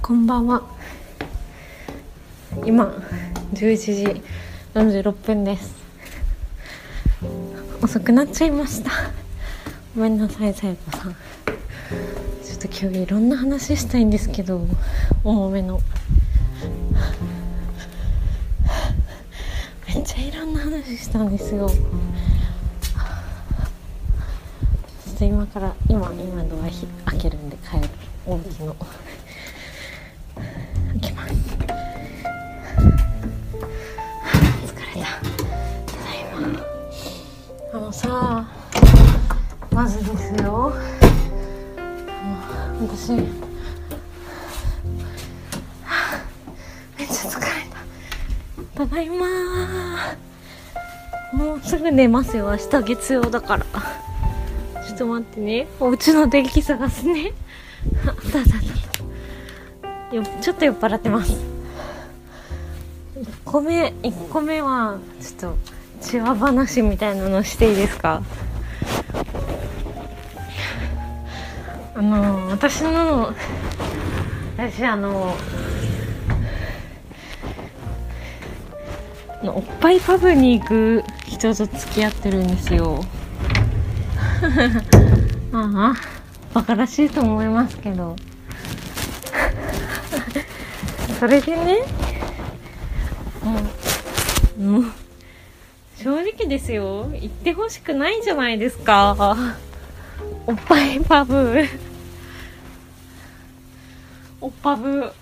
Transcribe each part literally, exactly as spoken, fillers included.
こんばんは。今じゅういちじよんじゅうろっぷんです。遅くなっちゃいました。ごめんなさい、さやこさん。ちょっと今日いろんな話したいんですけど、重めのめっちゃいろんな話したんですよ。ちょっと今から今今ドア開けるんで帰る。大きの開けます。疲れた。ただいま。あのさ、まずですよ、あの私めっちゃ疲れた。ただいま。もうすぐ寝ますよ。明日月曜だから。ちょっと待ってね、お家の電気探すね。あだだだよ、ちょっと酔っ払ってます。いっこめいっこめはちょっとチワ話みたいなのしていいですか？あの私の私あのおっぱいパブに行く人と付き合ってるんですよ。ああ、バカらしいと思いますけどそれでね、もう、もう正直ですよ、行ってほしくないじゃないですか、おっぱいパブおっぱぶ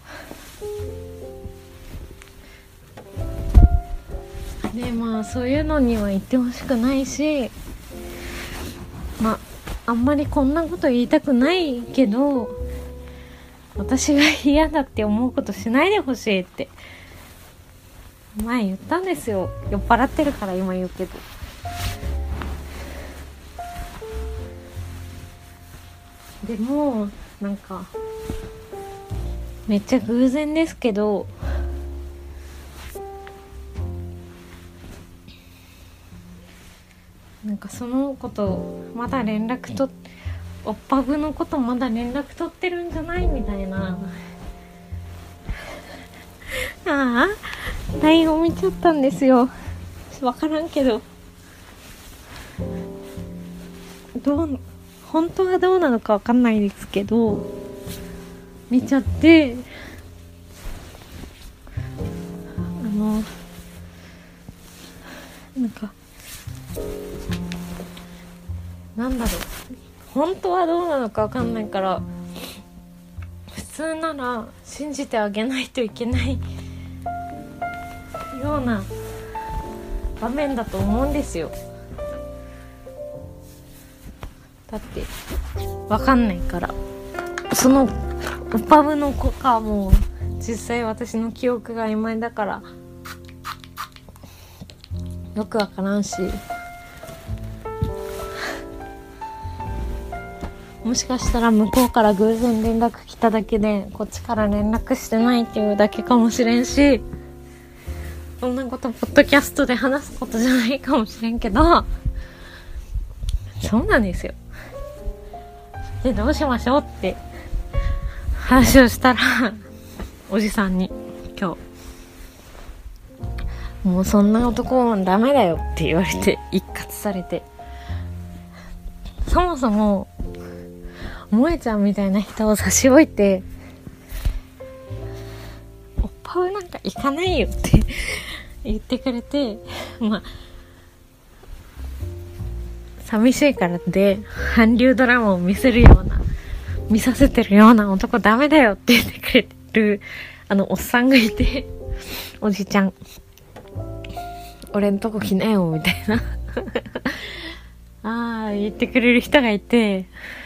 で、まあそういうのには行ってほしくないし、まああんまりこんなこと言いたくないけど、私が嫌だって思うことしないでほしいって前言ったんですよ。酔っ払ってるから今言うけど。でもなんかめっちゃ偶然ですけど、なんかそのことまだ連絡とおっぱぶのことまだ連絡取ってるんじゃないみたいな。ああ ライン を見ちゃったんですよ。わからんけど、どう本当はどうなのかわかんないですけど見ちゃって、あのなんかなんだろう、本当はどうなのかわかんないから、普通なら信じてあげないといけないような場面だと思うんですよ。だってわかんないから。そのオパブの子かもう実際私の記憶が曖昧だからよくわからんし、もしかしたら向こうから偶然連絡来ただけでこっちから連絡してないっていうだけかもしれんし、そんなことポッドキャストで話すことじゃないかもしれんけど、そうなんですよ。でどうしましょうって話をしたらおじさんに今日もうそんな男もダメだよって言われて一括されて、そもそも萌えちゃんみたいな人を差し置いておっぱうなんか行かないよって言ってくれて、まあ寂しいからって韓流ドラマを見せるような見させてるような男ダメだよって言ってくれてるあのおっさんがいて、おじちゃん俺んとこ来なよみたいなあー言ってくれる人がいて、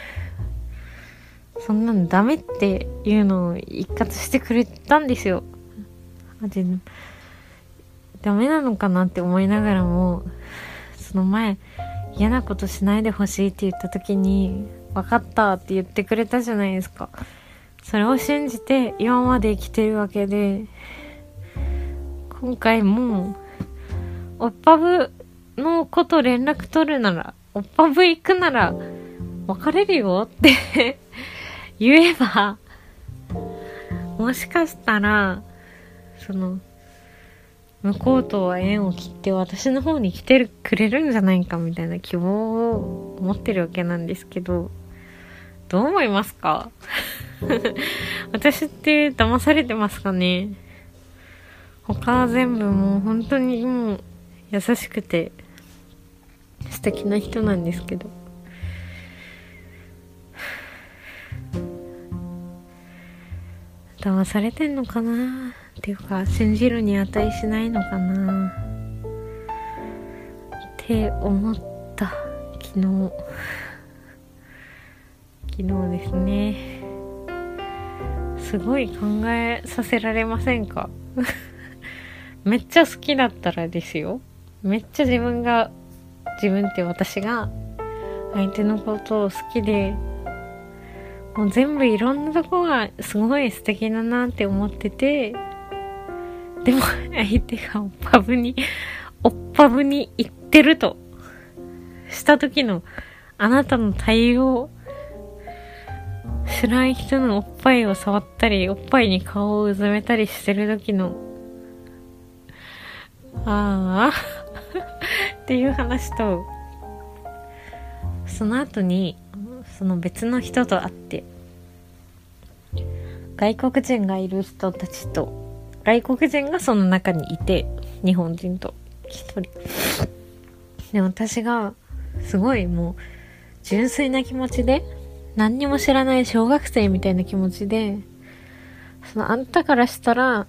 そんなのダメっていうのを一括してくれたんですよ。でダメなのかなって思いながらも、その前嫌なことしないでほしいって言った時に分かったって言ってくれたじゃないですか。それを信じて今まで生きてるわけで、今回もおっぱぶのこと連絡取るなら、おっぱぶ行くなら別れるよって言えば、ももしかしたらその向こうとは縁を切って私の方に来てくれるんじゃないかみたいな希望を持ってるわけなんですけど、どう思いますか？私って騙されてますかね？他は全部もう本当にもう優しくて素敵な人なんですけど、騙されてんのかなっていうか、信じるに値しないのかなって思った昨日昨日ですね。すごい考えさせられませんか？めっちゃ好きだったらですよ、めっちゃ自分が自分って私が相手のことを好きで、もう全部いろんなとこがすごい素敵だなって思ってて、でも相手がおっぱぶにおっぱぶに行ってるとした時のあなたの対応、知らん人のおっぱいを触ったりおっぱいに顔をうずめたりしてる時のああっていう話と、その後にその別の人と会って、外国人がいる人たちと、外国人がその中にいて、日本人と一人で、私がすごいもう純粋な気持ちで、何にも知らない小学生みたいな気持ちで、そのあんたからしたら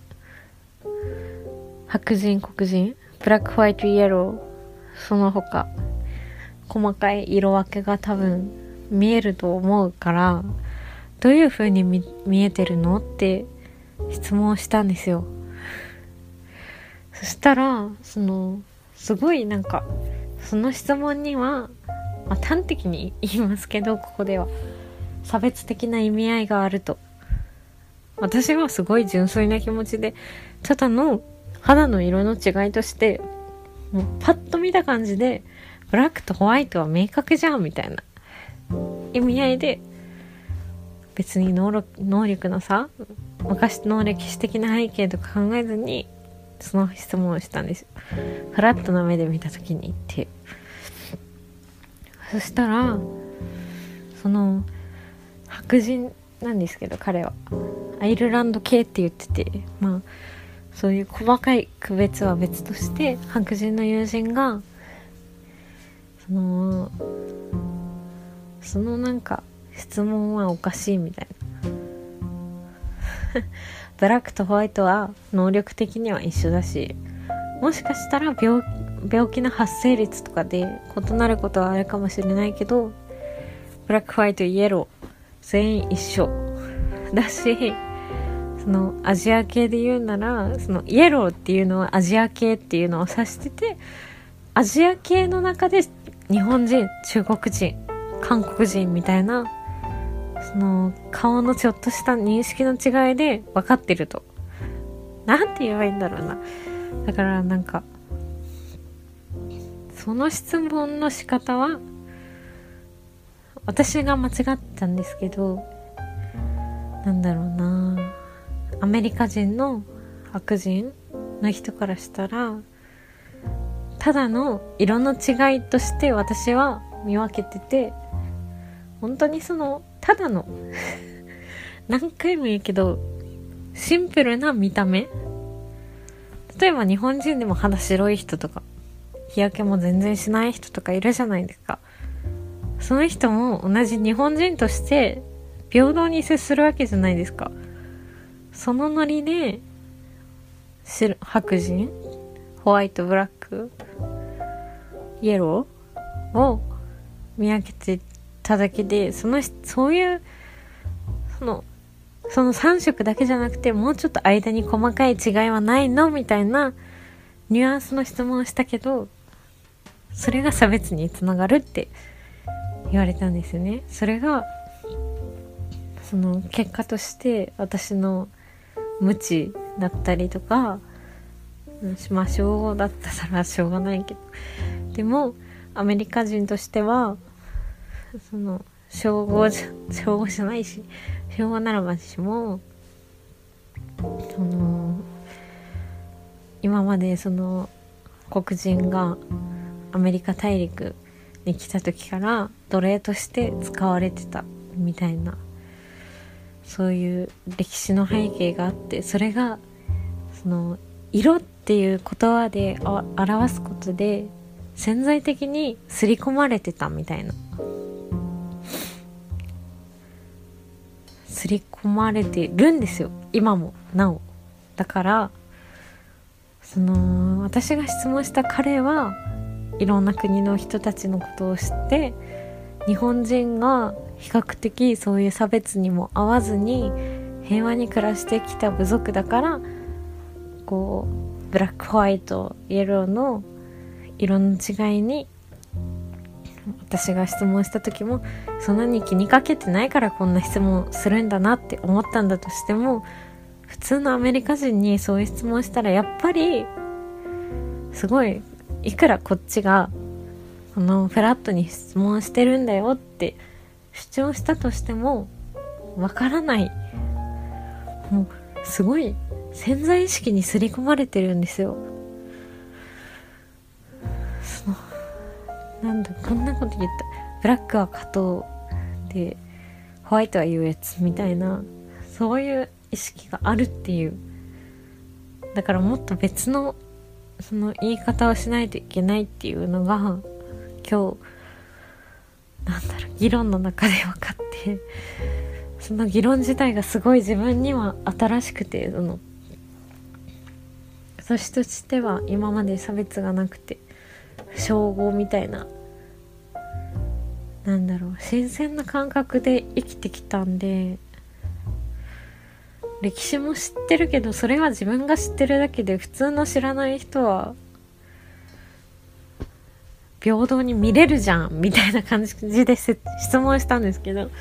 白人黒人ブラックホワイトイエローその他細かい色分けが多分見えると思うから、どういう風に 見, 見えてるのって質問したんですよ。そしたらそのすごいなんかその質問には、まあ、端的に言いますけど、ここでは差別的な意味合いがあると。私はすごい純粋な気持ちで、ただの肌の色の違いとして、もうパッと見た感じでブラックとホワイトは明確じゃんみたいな意味合いで、別に能力、能力の差、昔の歴史的な背景とか考えずにその質問をしたんですよ。フラットな目で見た時に言って、そしたらその白人なんですけど、彼はアイルランド系って言ってて、まあそういう細かい区別は別として、白人の友人がそのそのなんか質問はおかしいみたいなブラックとホワイトは能力的には一緒だし、もしかしたら 病, 病気の発生率とかで異なることはあるかもしれないけど、ブラックホワイトイエロー全員一緒だし、そのアジア系で言うなら、そのイエローっていうのはアジア系っていうのを指してて、アジア系の中で日本人、中国人、韓国人みたいな、その顔のちょっとした認識の違いで分かってると。なんて言えばいいんだろうな。だからなんかその質問の仕方は私が間違ったんですけど、なんだろうな、アメリカ人の白人の人からしたらただの色の違いとして私は見分けてて、本当にそのただの何回も言うけどシンプルな見た目、例えば日本人でも肌白い人とか日焼けも全然しない人とかいるじゃないですか。その人も同じ日本人として平等に接するわけじゃないですか。そのノリで白人、ホワイト、ブラック、イエローを見分けてただけで、そのそういうそのそのさん色だけじゃなくて、もうちょっと間に細かい違いはないのみたいなニュアンスの質問をしたけど、それが差別につながるって言われたんですよね。それがその結果として私の無知だったりとか、まあ小語だったらしょうがないけど、でもアメリカ人としてはその小語じゃ小語じゃないし、小語ならましもその今までその黒人がアメリカ大陸に来た時から奴隷として使われてたみたいな、そういう歴史の背景があって、それがその色っていう言葉で表すことで潜在的に刷り込まれてたみたいな、刷り込まれてるんですよ、今もなお。だからその私が質問した彼はいろんな国の人たちのことを知って、日本人が比較的そういう差別にも合わずに平和に暮らしてきた部族だから、こうブラックホワイトイエローの色の違いに私が質問した時もそんなに気にかけてないからこんな質問するんだなって思ったんだとしても、普通のアメリカ人にそういう質問したらやっぱりすごい、いくらこっちがこのフラットに質問してるんだよって主張したとしてもわからない、もうすごい潜在意識に刷り込まれてるんですよ。そのなんだこんなこと言った、ブラックは加藤でホワイトは優越みたいな、そういう意識があるっていう。だからもっと別のその言い方をしないといけないっていうのが今日なんだろう議論の中で分かって、その議論自体がすごい自分には新しくて、その私としては今まで差別がなくて称号みたいな、なんだろう新鮮な感覚で生きてきたんで、歴史も知ってるけどそれは自分が知ってるだけで普通の知らない人は平等に見れるじゃんみたいな感じで質問したんですけど、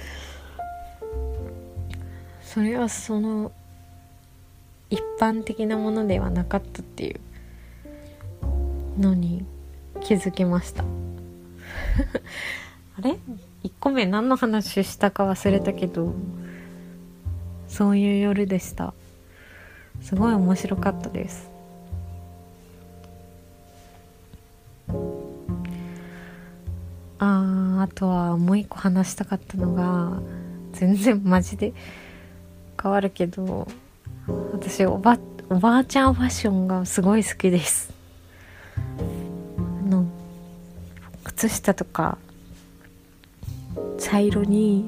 それはその一般的なものではなかったっていうのに気づきましたあれいっこめ何の話したか忘れたけど、そういう夜でした。すごい面白かったです。あーあとはもう一個話したかったのが、全然マジで変わるけど、私おばおばあちゃんファッションがすごい好きです。あの靴下とか茶色に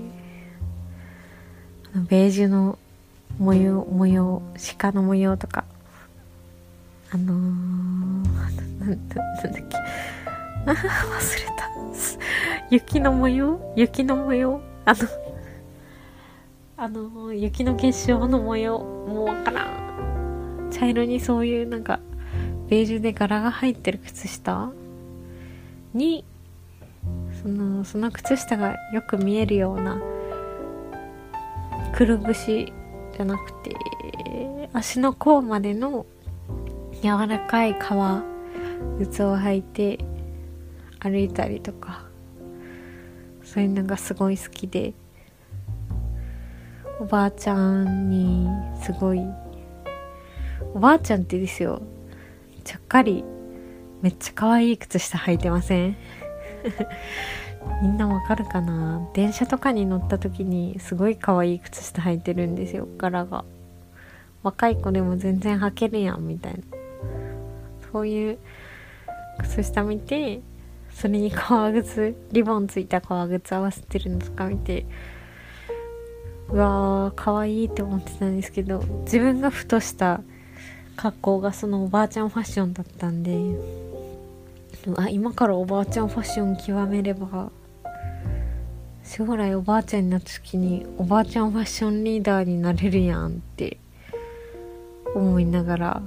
ベージュの模様模様鹿の模様とか、あのー、なんだなんだっけあ忘れた雪の模様雪の模様あのあの雪の結晶の模様、もうわからん、茶色にそういうなんかベージュで柄が入ってる靴下に、そのその靴下がよく見えるようなくるぶしじゃなくて足の甲までの柔らかい革靴を履いて歩いたりとか、そういうのがすごい好きで、おばあちゃんにすごい、おばあちゃんってですよ、ちゃっかりめっちゃ可愛い靴下履いてませんみんなわかるかな。電車とかに乗った時にすごい可愛い靴下履いてるんですよ、柄が。若い子でも全然履けるやんみたいな、そういう靴下見て、それに革靴リボンついた革靴合わせてるのとか見て、うわー可愛いって思ってたんですけど、自分がふとした格好がそのおばあちゃんファッションだったんで、あ今からおばあちゃんファッション極めれば将来おばあちゃんになった時におばあちゃんファッションリーダーになれるやんって思いながら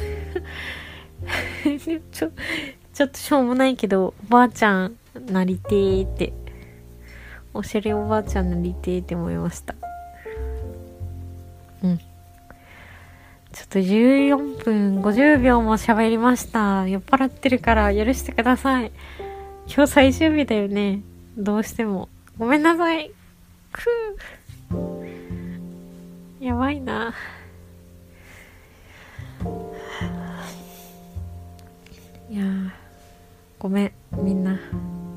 ちょちょっとしょうもないけどおばあちゃんなりてーって、おしゃれおばあちゃんなりてーって思いました。うんちょっとじゅうよんぷんごじゅうびょうも喋りました。酔っ払ってるから許してください。今日最終日だよね。どうしてもごめんなさい。くーやばいな。 いやーごめんみんな。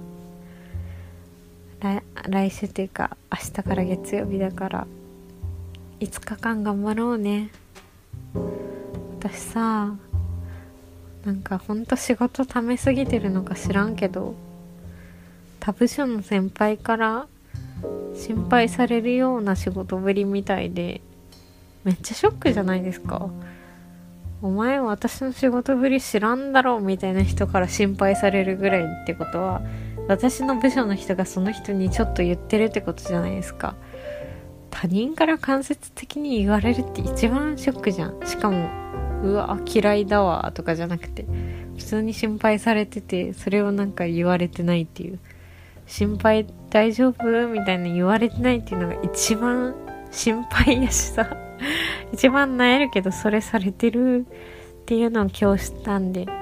来, 来週というか明日から月曜日だからいつかかん頑張ろうね。私さ、なんかほんと仕事ためすぎてるのか知らんけど、他部署の先輩から心配されるような仕事ぶりみたいで、めっちゃショックじゃないですか。お前は私の仕事ぶり知らんだろうみたいな人から心配されるぐらいってことは、私の部署の人がその人にちょっと言ってるってことじゃないですか。他人から間接的に言われるって一番ショックじゃん。しかもうわ嫌いだわとかじゃなくて、普通に心配されてて、それをなんか言われてないっていう、心配大丈夫みたいな言われてないっていうのが一番心配やしさ一番萎えるけど、それされてるっていうのを今日知ったんで、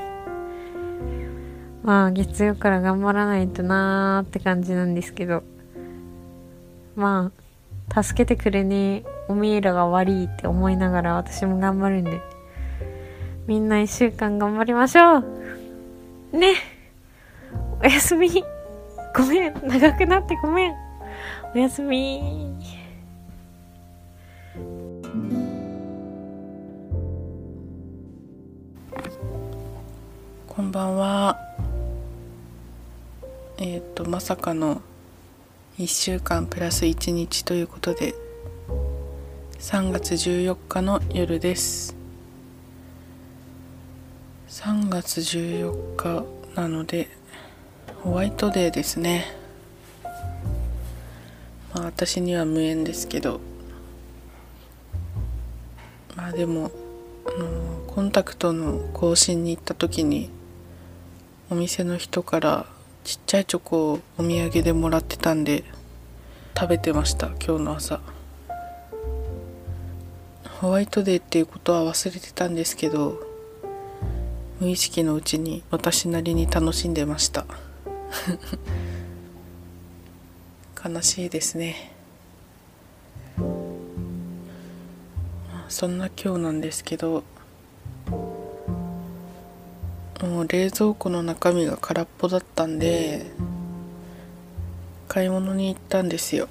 まあ月曜から頑張らないとなーって感じなんですけど、まあ助けてくれねえおめえらが悪いって思いながら私も頑張るんで、みんな一週間頑張りましょうね。おやすみ。ごめん長くなってごめん。おやすみ。 こんばんは。えっとまさかのいっしゅうかんプラスいちにちということで、さんがつじゅうよっかの夜です。さんがつじゅうよっかなのでホワイトデーですね。まあ私には無縁ですけど、まあでもあのコンタクトの更新に行った時にお店の人からちっちゃいチョコをお土産でもらってたんで食べてました。今日の朝ホワイトデーっていうことは忘れてたんですけど、無意識のうちに私なりに楽しんでました悲しいですね。そんな今日なんですけど、もう冷蔵庫の中身が空っぽだったんで買い物に行ったんですよ。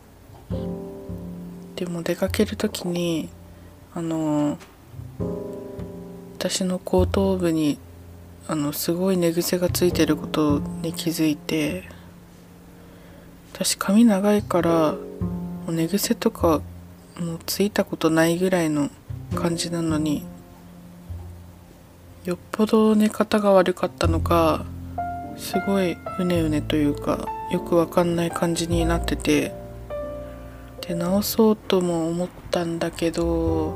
でも出かける時にあの私の後頭部にあのすごい寝癖がついてることに気づいて、私髪長いからもう寝癖とかもうついたことないぐらいの感じなのに、よっぽど寝方が悪かったのかすごいうねうねというかよくわかんない感じになってて、で直そうとも思ったんだけど、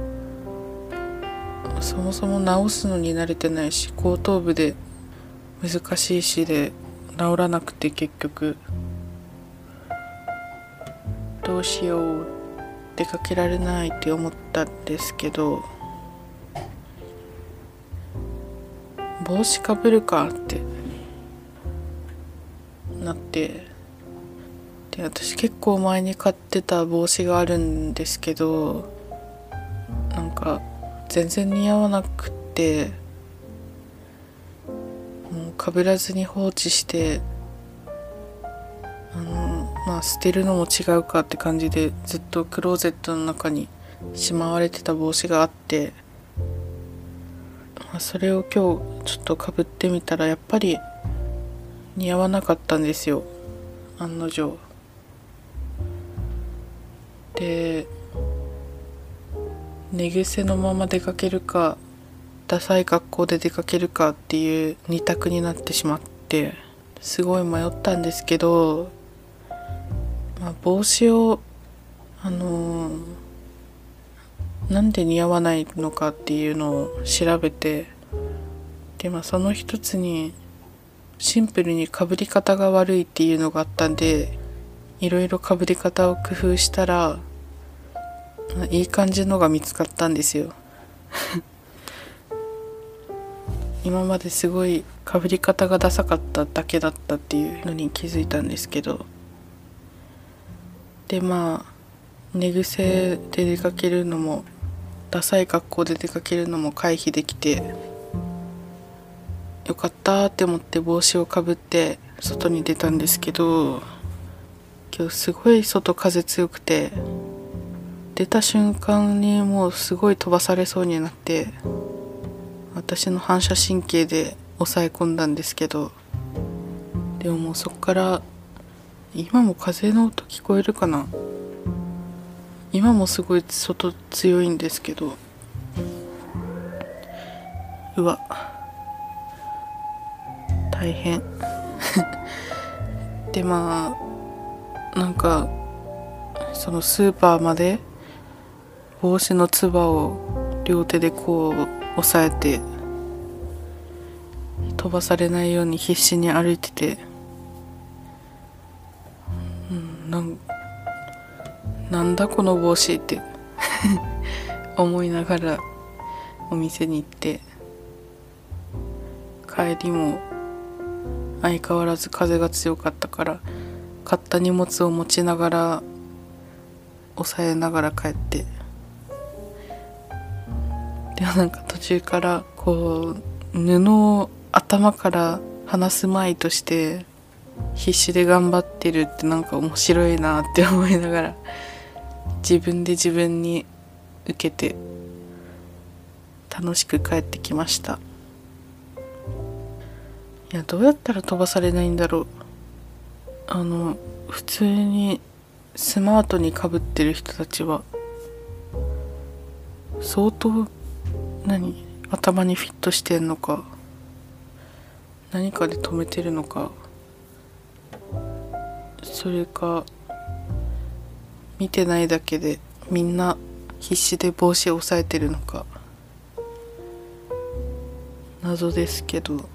そもそも直すのに慣れてないし後頭部で難しいしで治らなくて、結局どうしよう出かけられないって思ったんですけど、帽子かぶるかってなって、で私結構前に買ってた帽子があるんですけど、なんか全然似合わなくって、もうかぶらずに放置して、あのまあ捨てるのも違うかって感じでずっとクローゼットの中にしまわれてた帽子があって、まあ、それを今日ちょっとかぶってみたらやっぱり似合わなかったんですよ、案の定。で寝癖のまま出かけるかダサい格好で出かけるかっていう二択になってしまって、すごい迷ったんですけど、まあ、帽子をあのー、なんで似合わないのかっていうのを調べて、で、まあ、その一つにシンプルにかぶり方が悪いっていうのがあったんで、いろいろかぶり方を工夫したらいい感じのが見つかったんですよ今まですごいかぶり方がダサかっただけだったっていうのに気づいたんですけど、でまあ寝癖で出かけるのもダサい格好で出かけるのも回避できてよかったって思って帽子をかぶって外に出たんですけど、今日すごい外風強くて、出た瞬間にもうすごい飛ばされそうになって、私の反射神経で抑え込んだんですけど、でももうそっから今も風の音聞こえるかな、今もすごい外強いんですけど、うわ大変で、まあなんかそのスーパーまで帽子のつばを両手でこう押さえて飛ばされないように必死に歩いてて、うん、なんなんだこの帽子って思いながらお店に行って、帰りも相変わらず風が強かったから買った荷物を持ちながら押さえながら帰って、でもなんか途中からこう布を頭から離すまいとして必死で頑張ってるってなんか面白いなって思いながら自分で自分に受けて楽しく帰ってきました。いや、どうやったら飛ばされないんだろう。あの普通にスマートにかぶってる人たちは相当何頭にフィットしてんのか何かで止めてるのか、それか見てないだけでみんな必死で帽子を押さえてるのか謎ですけど、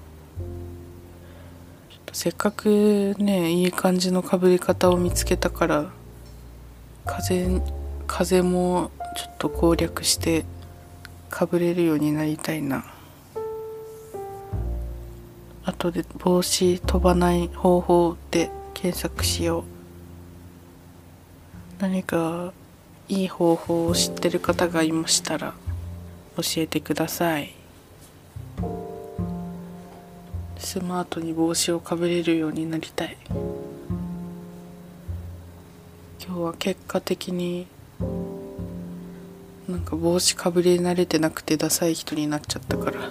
せっかくねいい感じのかぶり方を見つけたから、風風もちょっと攻略してかぶれるようになりたいな。後で帽子飛ばない方法で検索しよう。何かいい方法を知ってる方がいましたら教えてください。スマートに帽子をかぶれるようになりたい。今日は結果的になんか帽子かぶれ慣れてなくてダサい人になっちゃったから、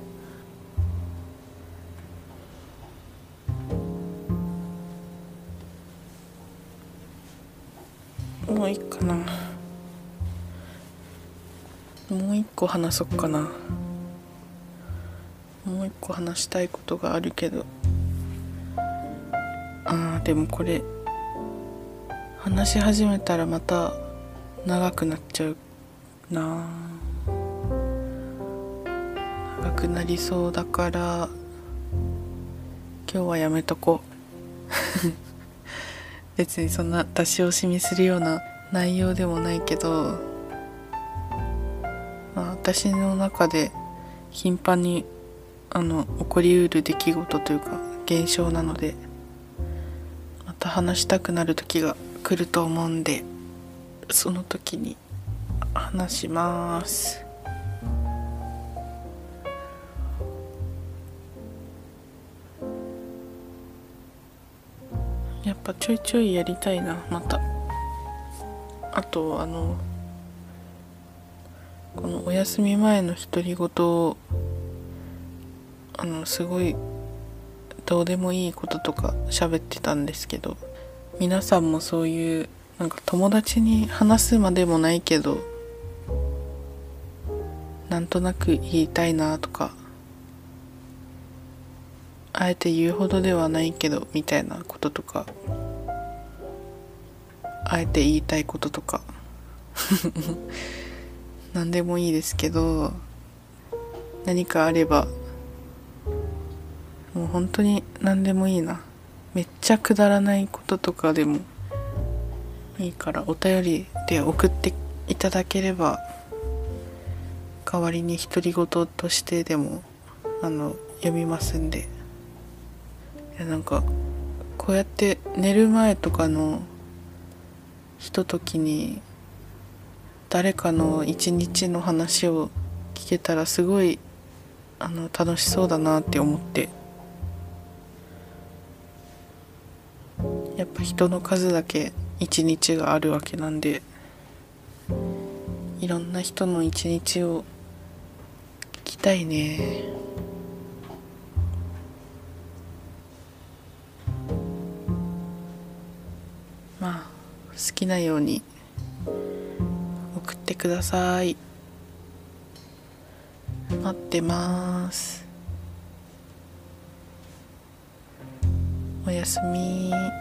もういいかな。もう一個話そっかな。もう一個話したいことがあるけど、あーでもこれ話し始めたらまた長くなっちゃうな。長くなりそうだから今日はやめとこう別にそんな出し惜しみするような内容でもないけど、まあ、私の中で頻繁にあの起こりうる出来事というか現象なので、また話したくなる時が来ると思うんで、その時に話します。やっぱちょいちょいやりたいなまた。あとあのこのお休み前の独り言をあのすごいどうでもいいこととか喋ってたんですけど、皆さんもそういうなんか友達に話すまでもないけどなんとなく言いたいなとか、あえて言うほどではないけどみたいなこととか、あえて言いたいこととか何でもいいですけど、何かあればもう本当に何でもいいな。めっちゃくだらないこととかでもいいからお便りで送っていただければ、代わりに独り言としてでもあの読みますんで。いやなんかこうやって寝る前とかのひとときに誰かの一日の話を聞けたらすごいあの楽しそうだなって思って、やっぱ人の数だけ一日があるわけなんで、いろんな人の一日を聞きたいね。まあ好きなように送ってください。待ってます。おやすみ。